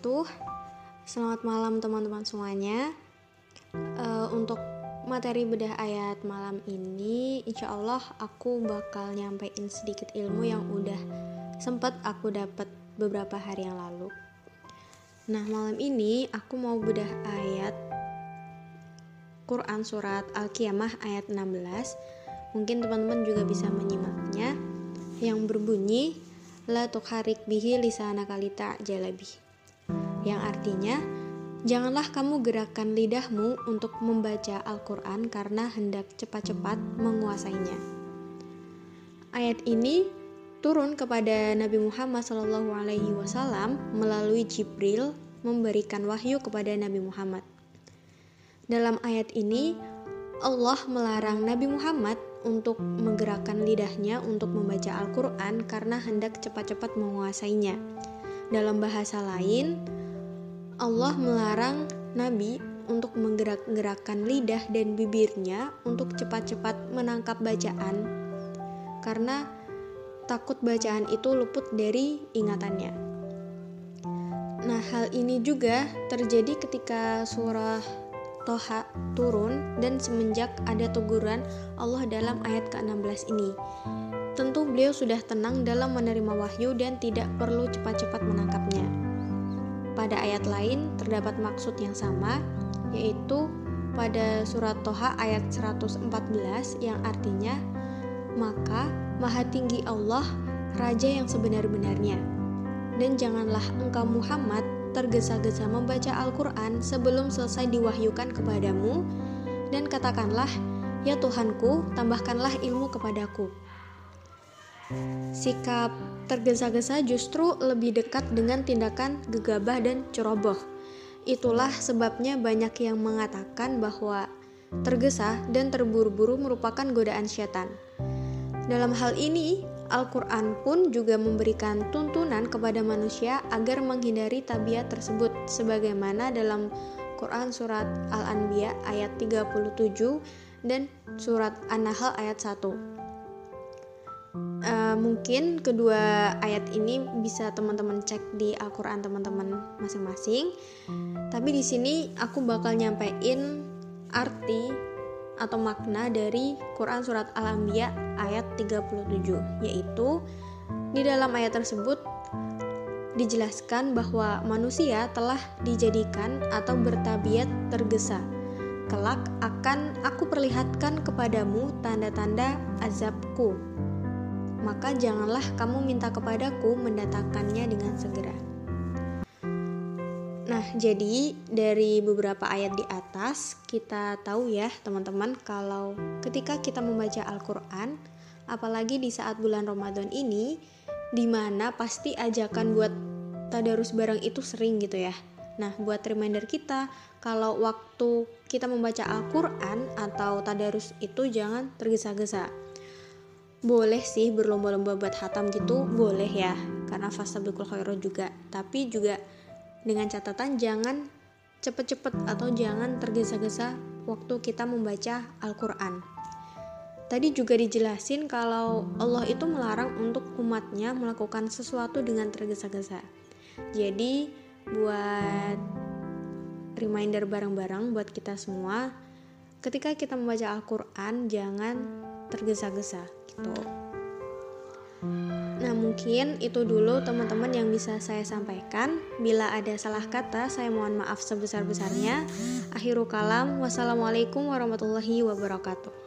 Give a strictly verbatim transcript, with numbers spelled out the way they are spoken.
wabarakatuh. Selamat malam teman-teman semuanya. uh, Untuk materi bedah ayat malam ini, insya Allah aku bakal nyampein sedikit ilmu yang udah sempet aku dapat beberapa hari yang lalu. Nah, malam ini aku mau bedah ayat Quran surat Al-Qiyamah ayat enam belas. Mungkin teman-teman juga bisa menyimaknya, yang berbunyi la tukharik bihi lisanaka lita'jala bih, yang artinya janganlah kamu gerakkan lidahmu untuk membaca Al-Quran karena hendak cepat-cepat menguasainya. Ayat ini turun kepada Nabi Muhammad shallallahu alaihi wasallam melalui Jibril memberikan wahyu kepada Nabi Muhammad. Dalam ayat ini Allah melarang Nabi Muhammad untuk menggerakkan lidahnya untuk membaca Al-Quran karena hendak cepat-cepat menguasainya. Dalam bahasa lain, Allah melarang Nabi untuk menggerak-gerakkan lidah dan bibirnya untuk cepat-cepat menangkap bacaan karena takut bacaan itu luput dari ingatannya. Nah, hal ini juga terjadi ketika surah Toha turun dan semenjak ada teguran Allah dalam ayat ke enam belas ini. Tentu beliau sudah tenang dalam menerima wahyu dan tidak perlu cepat-cepat menangkapnya. Pada ayat lain terdapat maksud yang sama, yaitu pada surat Toha ayat seratus empat belas yang artinya, maka Maha Tinggi Allah, Raja yang sebenar-benarnya. Dan janganlah engkau Muhammad tergesa-gesa membaca Al-Quran sebelum selesai diwahyukan kepadamu, dan katakanlah, ya Tuhanku, tambahkanlah ilmu kepadaku. Sikap tergesa-gesa justru lebih dekat dengan tindakan gegabah dan ceroboh. Itulah sebabnya banyak yang mengatakan bahwa tergesa dan terburu-buru merupakan godaan syaitan. Dalam hal ini, Al-Quran pun juga memberikan tuntunan kepada manusia agar menghindari tabiat tersebut, sebagaimana dalam Quran surat Al-Anbiya ayat tiga puluh tujuh dan surat An-Nahl ayat satu. Uh, mungkin kedua ayat ini bisa teman-teman cek di Al-Quran teman-teman masing-masing. Tapi di sini aku bakal nyampein arti atau makna dari Quran surat Al-Anbiya ayat tiga puluh tujuh, yaitu di dalam ayat tersebut dijelaskan bahwa manusia telah dijadikan atau bertabiat tergesa. Kelak akan aku perlihatkan kepadamu tanda-tanda azabku, maka janganlah kamu minta kepadaku mendatangkannya dengan segera. Nah, jadi dari beberapa ayat di atas kita tahu ya teman-teman, kalau ketika kita membaca Al-Quran, apalagi di saat bulan Ramadan ini, dimana pasti ajakan buat tadarus bareng itu sering gitu ya. Nah, buat reminder kita, kalau waktu kita membaca Al-Quran atau tadarus itu jangan tergesa-gesa. Boleh sih berlomba-lomba buat hatam gitu, boleh ya, karena fastabiqul khairat juga. Tapi juga dengan catatan jangan cepet-cepet atau jangan tergesa-gesa waktu kita membaca Al-Quran. Tadi juga dijelasin kalau Allah itu melarang untuk umatnya melakukan sesuatu dengan tergesa-gesa. Jadi buat reminder bareng-bareng buat kita semua, ketika kita membaca Al-Quran jangan tergesa-gesa gitu. Nah, mungkin itu dulu teman-teman yang bisa saya sampaikan. Bila ada salah kata, saya mohon maaf sebesar-besarnya. Akhirul kalam, wassalamualaikum warahmatullahi wabarakatuh.